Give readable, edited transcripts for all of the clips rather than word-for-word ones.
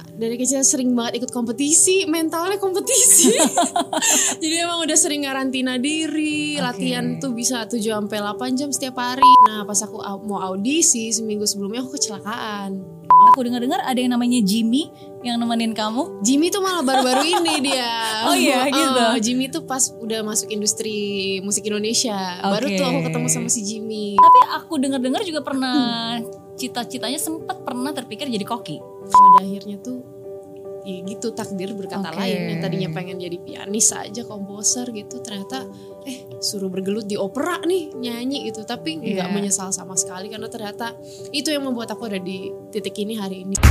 dari kecil sering banget ikut kompetisi, mentalnya kompetisi. Jadi emang udah sering ngarantina diri, latihan tuh bisa 7-8 jam setiap hari. Nah pas aku mau audisi seminggu sebelumnya aku kecelakaan. Aku dengar-dengar ada yang namanya Jimmy yang nemenin kamu. Jimmy tuh malah baru-baru ini dia. Oh iya gitu. Jimmy tuh pas udah masuk industri musik Indonesia. Baru tuh aku ketemu sama si Jimmy. Tapi aku dengar-dengar juga pernah cita-citanya sempat pernah terpikir jadi koki. Pada akhirnya tuh ya gitu takdir berkata lain. Yang tadinya pengen jadi pianis aja, komposer gitu, ternyata suruh bergelut di opera nih, nyanyi gitu. Tapi nggak menyesal sama sekali karena ternyata itu yang membuat aku ada di titik ini hari ini.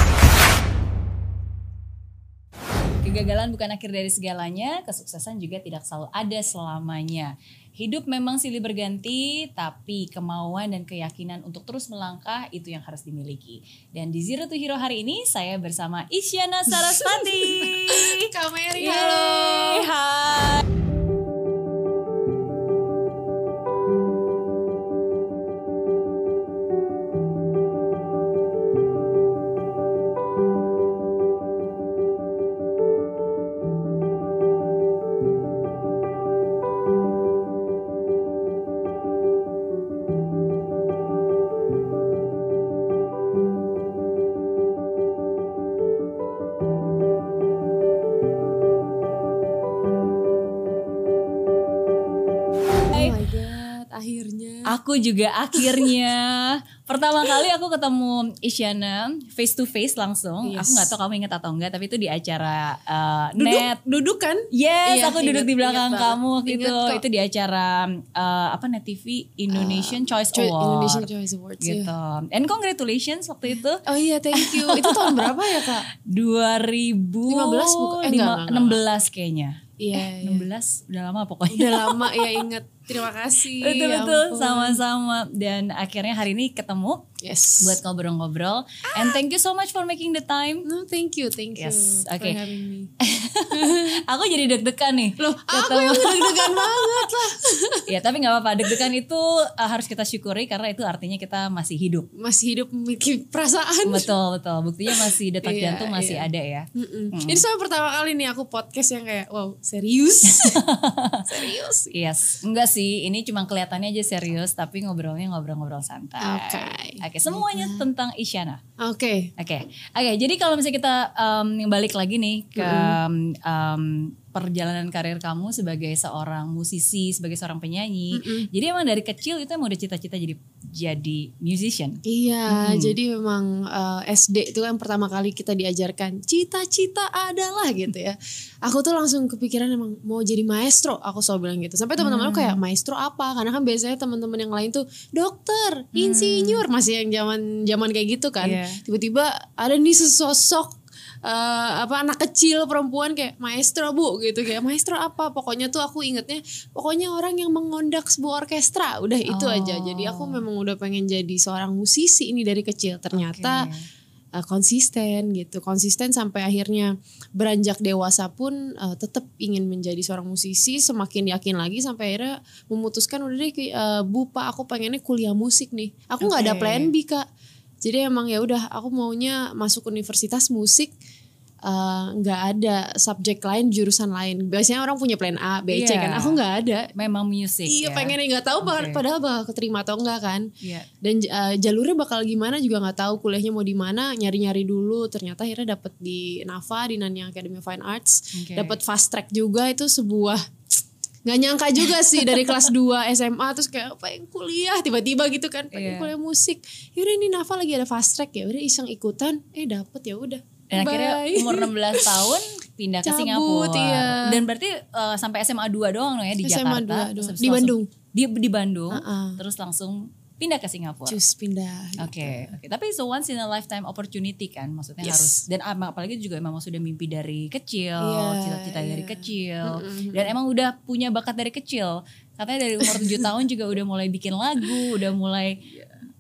Kegagalan bukan akhir dari segalanya, kesuksesan juga tidak selalu ada selamanya. Hidup memang silih berganti, tapi kemauan dan keyakinan untuk terus melangkah itu yang harus dimiliki. Dan di Zero to Hero hari ini saya bersama Isyana Sarasvati. Kak Mary, halo. Hai. Aku juga akhirnya pertama kali aku ketemu Isyana face to face langsung. Aku nggak tahu kamu ingat atau enggak, tapi itu di acara duduk kan? Yes, aku duduk di belakang kamu waktu itu. Itu di acara Net TV Indonesian Choice Award. Indonesian Choice Awards gitu. And congratulations waktu itu. Oh iya, thank you. Itu tahun berapa ya Kak? 2015 bukan? 16 kayaknya. Iya, 16 udah lama pokoknya. Udah lama ya, inget. Terima kasih. Betul, sama-sama. Dan akhirnya hari ini ketemu. Yes. Buat ngobrol-ngobrol. And thank you so much for making the time. No, thank you. Yes, for having me. Aku jadi deg-degan nih. Loh, aku yang deg-degan banget lah. Ya, tapi gak apa-apa. Deg-degan itu harus kita syukuri karena itu artinya kita masih hidup. Masih hidup memiliki perasaan. Betul. Buktinya masih detak jantung masih ada ya. Ini sama pertama kali nih aku podcast yang kayak wow, serius. Serius. Yes. Enggak sih, ini cuma kelihatannya aja serius tapi ngobrolnya ngobrol-ngobrol santai. Oke, semuanya tentang Isyana. Oke, jadi kalau misalnya kita balik lagi nih ke perjalanan karir kamu sebagai seorang musisi, sebagai seorang penyanyi. Jadi emang dari kecil itu emang udah cita-cita jadi musician. Iya, jadi memang SD itu kan pertama kali kita diajarkan cita-cita adalah gitu ya. Aku tuh langsung kepikiran emang mau jadi maestro, aku selalu bilang gitu. Sampai teman-teman aku kayak maestro apa? Karena kan biasanya teman-teman yang lain tuh dokter, insinyur, masih yang zaman kayak gitu kan. Tiba-tiba ada nih sesosok anak kecil perempuan kayak maestro bu gitu, kayak maestro apa, pokoknya tuh aku ingetnya pokoknya orang yang mengondak sebuah orkestra, udah itu aja. Jadi aku memang udah pengen jadi seorang musisi ini dari kecil. Ternyata konsisten sampai akhirnya beranjak dewasa pun tetap ingin menjadi seorang musisi. Semakin yakin lagi sampai akhirnya memutuskan udah deh Bu Pak, aku pengennya kuliah musik nih. Aku nggak ada plan B Kak. Jadi emang ya udah aku maunya masuk universitas musik, nggak ada subjek lain, jurusan lain. Biasanya orang punya plan A, B, C kan. Aku nggak ada. Memang musik. Iya, pengennya nggak tahu padahal bakal keterima atau enggak kan. Dan jalurnya bakal gimana juga nggak tahu. Kuliahnya mau di mana, nyari-nyari dulu. Ternyata akhirnya dapet di NAFA, di Nanyang Academy of Fine Arts. Dapet fast track juga, itu sebuah nggak nyangka juga sih dari kelas 2 SMA terus kayak pengen kuliah tiba-tiba gitu kan, pengen kuliah musik. Yaudah ini NAFA lagi ada fast track, ya udah iseng ikutan, dapet ya udah. Dan akhirnya umur 16 tahun pindah ke Singapura. Dan berarti sampai SMA 2 doang ya di SMA Jakarta. 2 di Bandung. Di Bandung. Terus langsung pindah ke Singapura. Cus pindah. Oke. Tapi it's a once in a lifetime opportunity kan, maksudnya harus, dan apalagi juga emang sudah mimpi dari kecil, cita-cita dari kecil, dan emang udah punya bakat dari kecil. Katanya dari umur 7 tahun juga udah mulai bikin lagu, udah mulai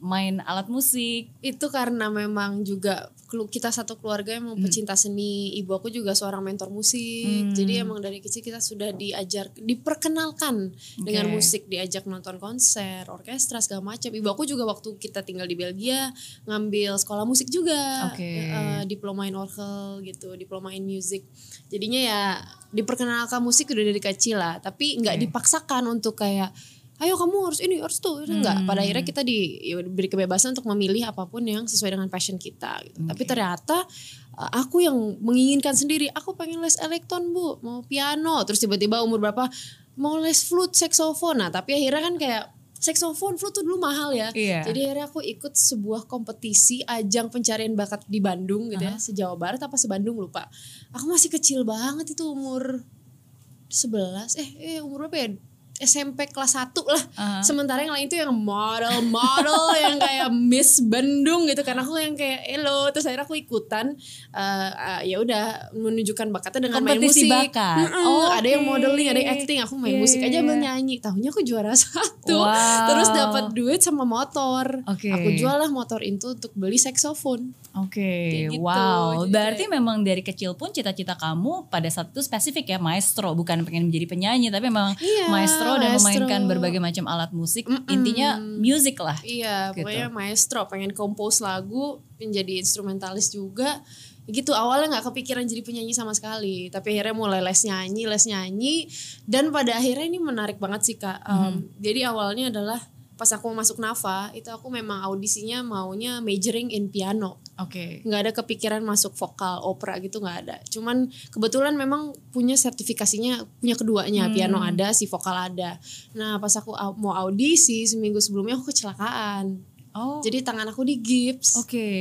main alat musik? Itu karena memang juga kita satu keluarga emang pecinta seni. Ibu aku juga seorang mentor musik. Jadi emang dari kecil kita sudah diperkenalkan dengan musik, diajak nonton konser, orkestra segala macam. Ibu aku juga waktu kita tinggal di Belgia ngambil sekolah musik juga, diploma in orgel gitu, diploma in music. Jadinya ya diperkenalkan musik udah dari kecil lah, tapi nggak dipaksakan untuk kayak ayo kamu harus ini harus tuh, enggak. Pada akhirnya kita diberi kebebasan untuk memilih apapun yang sesuai dengan passion kita gitu. Tapi ternyata aku yang menginginkan sendiri, aku pengen les elektron Bu, mau piano, terus tiba-tiba umur berapa mau les flute, saxophone. Nah tapi akhirnya kan kayak saxophone, flute tuh dulu mahal ya. Jadi akhirnya aku ikut sebuah kompetisi ajang pencarian bakat di Bandung gitu ya, se-Jawa Barat apa se-Bandung lupa. Aku masih kecil banget itu umur 11, umur berapa ya? SMP kelas 1 lah. Sementara yang lain itu yang model-model yang kayak Miss Bandung gitu, karena aku yang kayak elo. Terus akhirnya aku ikutan ya udah menunjukkan bakatnya dengan kompetisi main musik. Bakat. Ada yang modeling, ada yang acting, aku main musik aja bernyanyi. Tahunya aku juara 1. Terus dapat duit sama motor. Aku jual lah motor itu untuk beli saxophone. Gitu. Wow. Berarti memang dari kecil pun cita-cita kamu pada saat itu spesifik ya, maestro, bukan pengen menjadi penyanyi, tapi memang maestro dan memainkan berbagai macam alat musik. Intinya music lah. Iya, gitu. Pokoknya maestro, pengen compose lagu, menjadi instrumentalis juga. Gitu, awalnya gak kepikiran jadi penyanyi sama sekali. Tapi akhirnya mulai les nyanyi. Dan pada akhirnya ini menarik banget sih Kak. Jadi awalnya adalah pas aku masuk NAFA, itu aku memang audisinya maunya majoring in piano. Nggak ada kepikiran masuk vokal, opera gitu nggak ada. Cuman kebetulan memang punya sertifikasinya, punya keduanya, piano ada, si vokal ada. Nah pas aku mau audisi seminggu sebelumnya aku kecelakaan. Jadi tangan aku digips.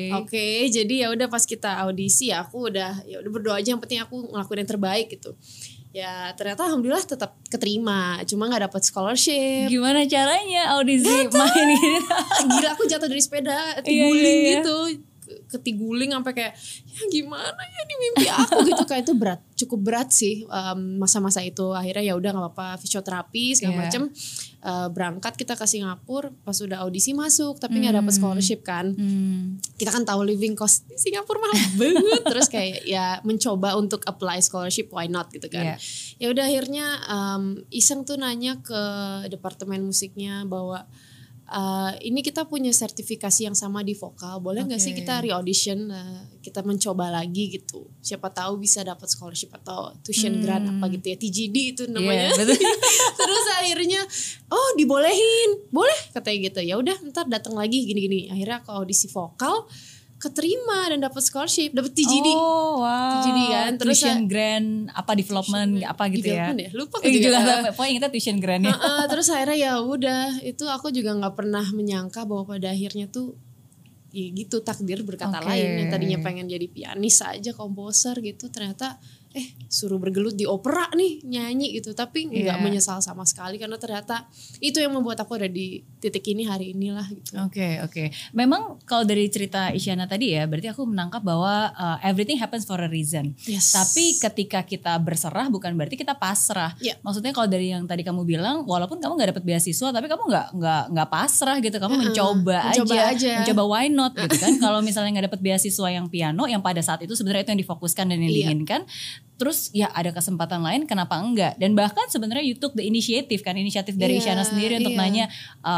Jadi ya udah pas kita audisi ya aku udah berdoa aja, yang penting aku ngelakuin yang terbaik gitu. Ya ternyata alhamdulillah tetap keterima, cuma nggak dapat scholarship. Gimana caranya audisi main gitu? Gila, aku jatuh dari sepeda, tiguling gitu, ketiguling sampai kayak ya gimana ya di mimpi aku gitu. Kayak itu cukup berat sih masa-masa itu. Akhirnya ya udah nggak apa-apa, fisioterapi segala macem. Berangkat kita ke Singapura, pas udah audisi masuk tapi nggak dapet scholarship kan. Kita kan tahu living cost di Singapura mahal banget. Terus kayak ya mencoba untuk apply scholarship, why not gitu kan. Ya udah akhirnya iseng tuh nanya ke departemen musiknya bahwa ini kita punya sertifikasi yang sama di vokal, boleh nggak sih kita re-audition, kita mencoba lagi gitu, siapa tahu bisa dapat scholarship atau tuition grant apa gitu ya, TGD itu namanya. Terus akhirnya dibolehin, boleh katanya gitu. Ya udah ntar datang lagi gini-gini. Akhirnya aku audisi vokal, keterima dan dapat scholarship, dapat TGD. TGD kan. Terus tuition grant apa development apa gitu ya. Lupa aku juga. Pokoknya kita tuition grant ya. Terus akhirnya ya udah, itu aku juga nggak pernah menyangka bahwa pada akhirnya tuh ya gitu, takdir berkata lain. Yang tadinya pengen jadi pianis aja, komposer gitu, ternyata suruh bergelut di opera nih, nyanyi gitu. Tapi nggak menyesal sama sekali, karena ternyata itu yang membuat aku ada di titik ini hari inilah gitu. Oke. Memang kalau dari cerita Isyana tadi ya, berarti aku menangkap bahwa everything happens for a reason. Tapi ketika kita berserah bukan berarti kita pasrah. Maksudnya kalau dari yang tadi kamu bilang, walaupun kamu nggak dapat beasiswa, tapi kamu nggak pasrah gitu. Kamu mencoba aja. Mencoba, why not gitu kan. Kalau misalnya nggak dapat beasiswa yang piano, yang pada saat itu sebenarnya itu yang difokuskan dan yang diinginkan. Terus ya ada kesempatan lain, kenapa enggak? Dan bahkan sebenarnya you took the initiative kan, inisiatif dari Isyana sendiri untuk nanya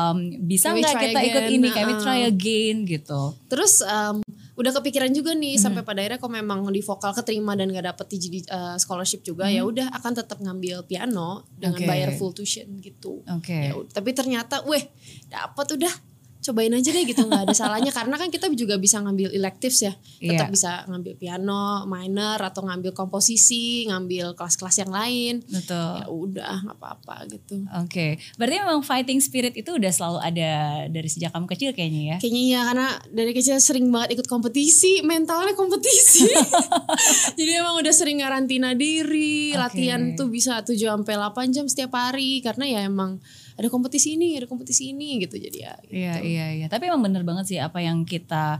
bisa nggak kita ikut ini, can we try again gitu. Terus udah kepikiran juga nih sampai pada akhirnya kalau memang di vokal keterima dan nggak dapet TGD scholarship juga, ya udah akan tetap ngambil piano dengan bayar full tuition gitu. Ya, tapi ternyata dapet, udah cobain aja deh gitu, nggak ada salahnya. Karena kan kita juga bisa ngambil electives ya, tetap bisa ngambil piano minor atau ngambil komposisi, ngambil kelas-kelas yang lain. Ya udah nggak apa-apa gitu. Berarti memang fighting spirit itu udah selalu ada dari sejak kamu kecil kayaknya ya? Kayaknya iya, karena dari kecil sering banget ikut kompetisi, mentalnya kompetisi. Jadi emang udah sering ngarantina diri, latihan tuh bisa 7-8 jam setiap hari, karena ya emang ada kompetisi ini gitu. Jadi ya gitu. Iya. Tapi emang bener banget sih apa yang kita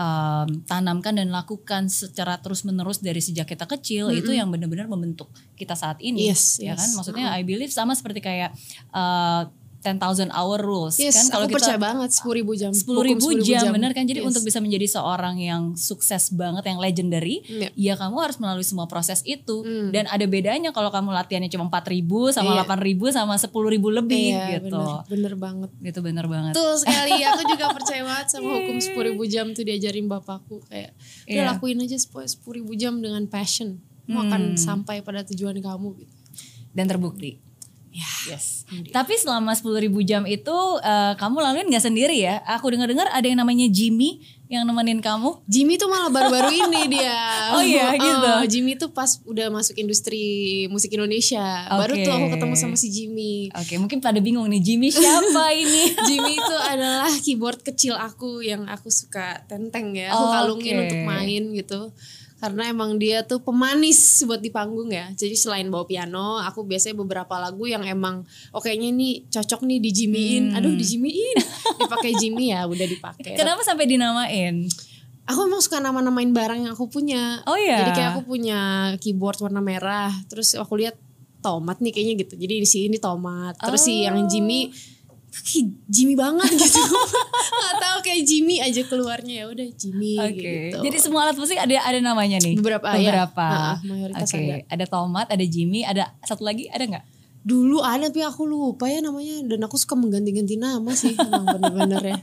tanamkan dan lakukan secara terus menerus dari sejak kita kecil, itu yang benar-benar membentuk kita saat ini. Ya kan, maksudnya I believe sama seperti kayak 10,000 hour rules Yes, kan, kalau aku percaya banget 10.000 jam. 10.000 jam bener kan. Jadi Yes. untuk bisa menjadi seorang yang sukses banget, yang legendary, Iya. ya kamu harus melalui semua proses itu. Dan ada bedanya kalau kamu latihannya cuma 4.000 sama 8.000 sama 10.000 lebih Iya, gitu. bener banget. Itu bener banget. Betul sekali, aku juga percaya banget sama hukum 10.000 jam tuh diajarin bapakku. Kayak udah lakuin aja 10.000 jam dengan passion, kamu akan sampai pada tujuan kamu gitu. Dan terbukti. Ya, Yes. Tapi selama 10.000 jam itu kamu laluin gak sendiri ya? Aku dengar-dengar ada yang namanya Jimmy yang nemenin kamu. Jimmy tuh malah baru-baru ini dia. Oh iya gitu. Jimmy tuh pas udah masuk industri musik Indonesia. Baru tuh aku ketemu sama si Jimmy. Oke, mungkin pada bingung nih, Jimmy siapa ini? Jimmy itu adalah keyboard kecil aku yang aku suka tenteng ya. Aku kalungin untuk main gitu. Karena emang dia tuh pemanis buat di panggung ya. Jadi selain bawa piano, aku biasanya beberapa lagu yang emang kayaknya nih cocok nih di Jimmy-in. Aduh, di Jimmy-in. Dipakai Jimmy ya, udah dipakai. Kenapa sampai dinamain? Aku emang suka nama-namain barang yang aku punya. Oh iya. Jadi kayak aku punya keyboard warna merah. Terus aku lihat tomat nih kayaknya gitu. Jadi di sini tomat. Terus si yang Jimmy kayak Jimmy banget gitu. Gak tahu kayak Jimmy aja keluarnya, ya udah Jimmy gitu. Jadi semua alat musik ada namanya nih. Beberapa. Ya. Mayoritas ada. Ada tomat, ada Jimmy, ada satu lagi ada nggak? Dulu ada tapi aku lupa ya namanya, dan aku suka mengganti-ganti nama sih. Emang bener-bener ya.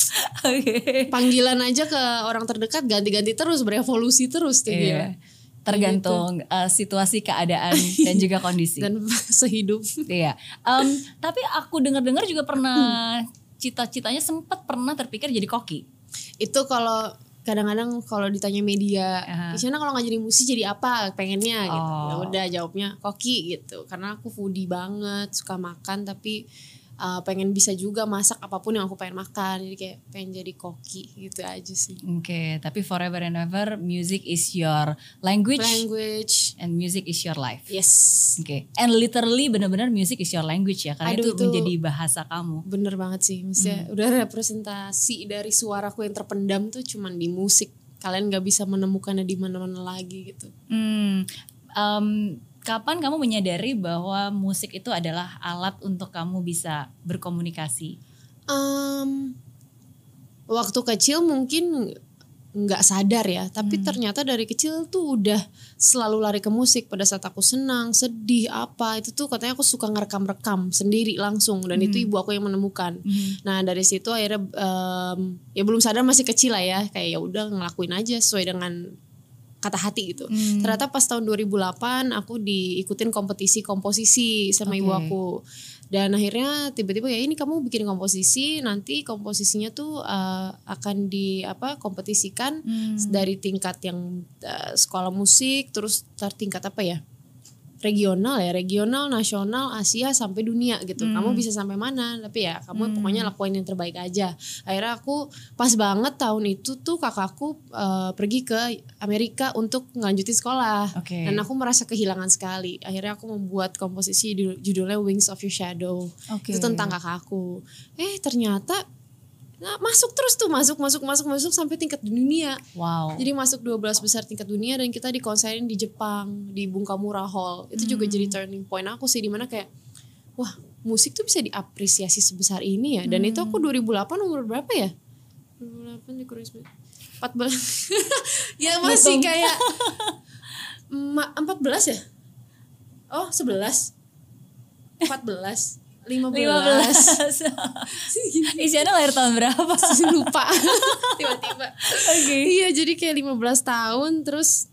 Panggilan aja ke orang terdekat ganti-ganti terus, berevolusi terus tuh dia. Tergantung situasi, keadaan dan juga kondisi. Dan sehidup. Iya. Tapi aku dengar-dengar juga pernah cita-citanya sempat pernah terpikir jadi koki. Itu kalau kadang-kadang kalau ditanya media, Isyana kalau nggak jadi musisi jadi apa pengennya gitu. Ya udah jawabnya koki gitu. Karena aku foodie banget, suka makan tapi pengen bisa juga masak apapun yang aku pengen makan. Jadi kayak pengen jadi koki gitu aja sih. Oke, tapi forever and ever music is your language and music is your life. Yes. Oke. And literally benar-benar music is your language ya, karena itu menjadi bahasa kamu. Bener banget sih. Maksudnya udah representasi dari suaraku yang terpendam tuh cuman di musik. Kalian gak bisa menemukannya di mana-mana lagi gitu. Kapan kamu menyadari bahwa musik itu adalah alat untuk kamu bisa berkomunikasi? Waktu kecil mungkin nggak sadar ya, tapi ternyata dari kecil tuh udah selalu lari ke musik. Pada saat aku senang, sedih, apa itu tuh katanya aku suka ngerekam-rekam sendiri langsung, dan itu ibu aku yang menemukan. Nah dari situ akhirnya ya belum sadar, masih kecil lah ya, kayak ya udah ngelakuin aja sesuai dengan kata hati gitu. Ternyata pas tahun 2008 aku diikutin kompetisi komposisi sama ibu aku. Dan akhirnya tiba-tiba ya ini kamu bikin komposisi, nanti komposisinya tuh akan kompetisikan dari tingkat yang sekolah musik, terus tingkat apa ya? Regional, nasional, Asia sampai dunia gitu. Kamu bisa sampai mana? Tapi ya kamu pokoknya lakuin yang terbaik aja. Akhirnya aku pas banget tahun itu tuh kakakku pergi ke Amerika untuk ngelanjutin sekolah. Dan aku merasa kehilangan sekali. Akhirnya aku membuat komposisi judulnya Wings of Your Shadow. Itu tentang kakakku. Ternyata masuk terus tuh, masuk sampai tingkat dunia. Wow. Jadi masuk 12 besar tingkat dunia, dan kita dikonserin di Jepang di Bunkamura Hall. Itu juga jadi turning point aku sih, dimana kayak wah, musik tuh bisa diapresiasi sebesar ini ya. Dan itu aku 2008 umur berapa ya? 2008 dikurang 14. Ya masih kayak 14 ya? Oh 11 14 15. Isyana lahir tahun berapa? Lupa. Tiba-tiba. Iya, jadi kayak 15 tahun terus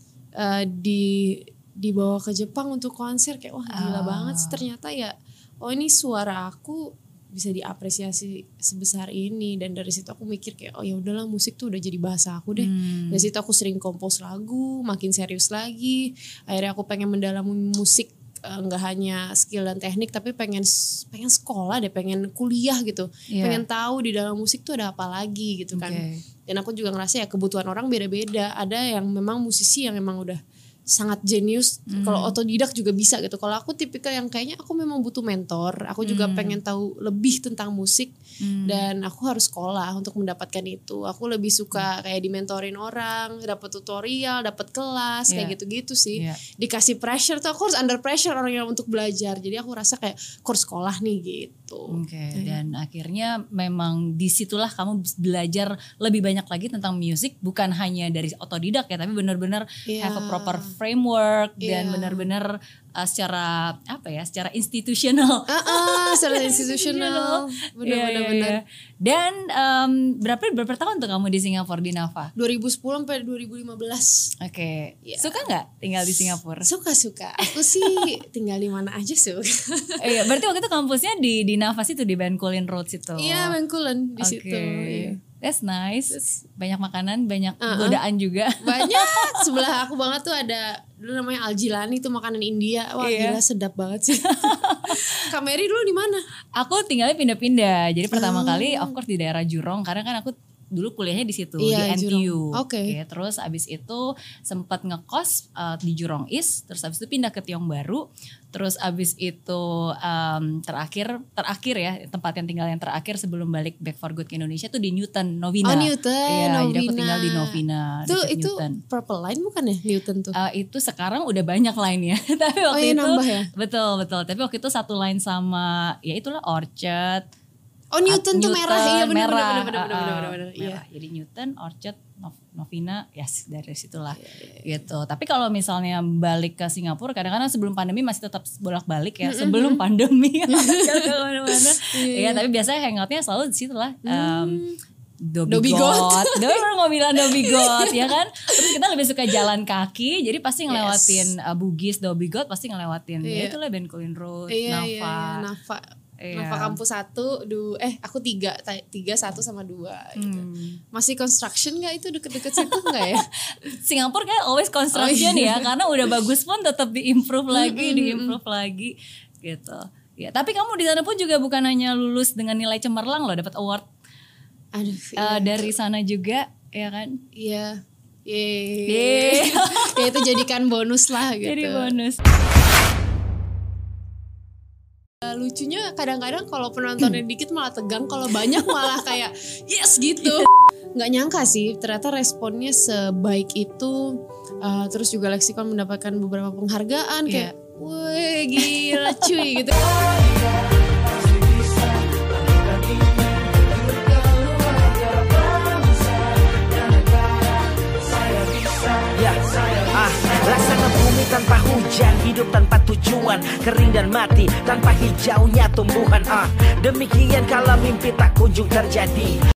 dibawa ke Jepang untuk konser, kayak wah gila banget sih ternyata ya. Oh ini suara aku bisa diapresiasi sebesar ini. Dan dari situ aku mikir kayak oh ya udahlah, musik tuh udah jadi bahasa aku deh. Dari situ aku sering kompos lagu, makin serius lagi. Akhirnya aku pengen mendalami musik, nggak hanya skill dan teknik, tapi pengen sekolah deh, pengen kuliah gitu, pengen tahu di dalam musik tuh ada apa lagi gitu kan. Dan aku juga ngerasa ya kebutuhan orang beda-beda. Ada yang memang musisi yang memang udah sangat jenius, kalau otodidak juga bisa gitu. Kalau aku tipikal yang kayaknya aku memang butuh mentor, aku juga pengen tahu lebih tentang musik. Dan aku harus sekolah untuk mendapatkan itu. Aku lebih suka kayak dimentorin orang, dapat tutorial, dapat kelas, kayak gitu-gitu sih. Dikasih pressure tuh aku harus under pressure orangnya untuk belajar. Jadi aku rasa kayak aku harus sekolah nih gitu. Dan akhirnya memang disitulah kamu belajar lebih banyak lagi tentang musik, bukan hanya dari otodidak ya, tapi benar-benar have a proper framework dan benar-benar secara apa ya, secara institusional. Secara institusional. Benar-benar. Dan berapa tahun tuh kamu di Singapura di NAFA? 2010 sampai 2015. Suka nggak tinggal di Singapura? Suka. Aku sih tinggal di mana aja suka. Berarti waktu itu kampusnya di NAFA situ, di Bencoolen Road situ. Iya, Bencoolen di situ. That's nice. Banyak makanan, banyak godaan juga. Banyak. Sebelah aku banget tuh ada dulu namanya Al-Jilani, itu makanan India. Wah, gila sedap banget sih. Kak Mary dulu di mana? Aku tinggalnya pindah-pindah. Jadi pertama kali of course di daerah Jurong, karena kan aku dulu kuliahnya di situ, di NTU. Terus abis itu sempat ngekos di Jurong East, terus abis itu pindah ke Tiong Bahru, terus abis itu terakhir ya, tempat yang tinggal yang terakhir sebelum balik back for good ke Indonesia tuh di Newton Novina. Novina. Jadi aku tinggal di Novina. Itu Purple Line bukan ya Newton tuh? Itu sekarang udah banyak line ya. Tapi waktu itu nambah ya? Betul. Tapi waktu itu satu line sama ya itulah Orchard. Newton tuh merah, iya benar. Iya. Jadi Newton, Orchard, Novina, dari situlah gitu. Tapi kalau misalnya balik ke Singapura, kadang-kadang sebelum pandemi masih tetap bolak-balik ya. Sebelum pandemi, tapi biasanya hangoutnya selalu di situ lah. Dhoby Ghaut. Mau bilang Dhoby Ghaut ya kan. Terus kita lebih suka jalan kaki, jadi pasti ngelewatin Bugis, Dhoby Ghaut pasti ngelewatin. Ya itulah Bencoolen Road, NAFA. NAFA kampus 1, aku 3, 1 sama 2 gitu. Masih construction gak itu deket-deket situ gak ya? Singapura kan always construction ya, karena udah bagus pun tetap diimprove lagi gitu. Ya, tapi kamu di sana pun juga bukan hanya lulus dengan nilai cemerlang loh, dapat award. Dari sana juga ya kan? Iya. Ya itu jadikan bonus lah gitu. Jadi bonus. Lucunya kadang-kadang kalau penontonnya dikit malah tegang, kalau banyak malah kayak yes gitu. Nggak nyangka sih ternyata responnya sebaik itu. Terus juga Lexicon mendapatkan beberapa penghargaan kayak wih gila cuy gitu. Laksana bumi tanpa hujan, hidup tanpa tujuan, kering dan mati tanpa hijaunya tumbuhan. Demikian kalau mimpi tak kunjung terjadi.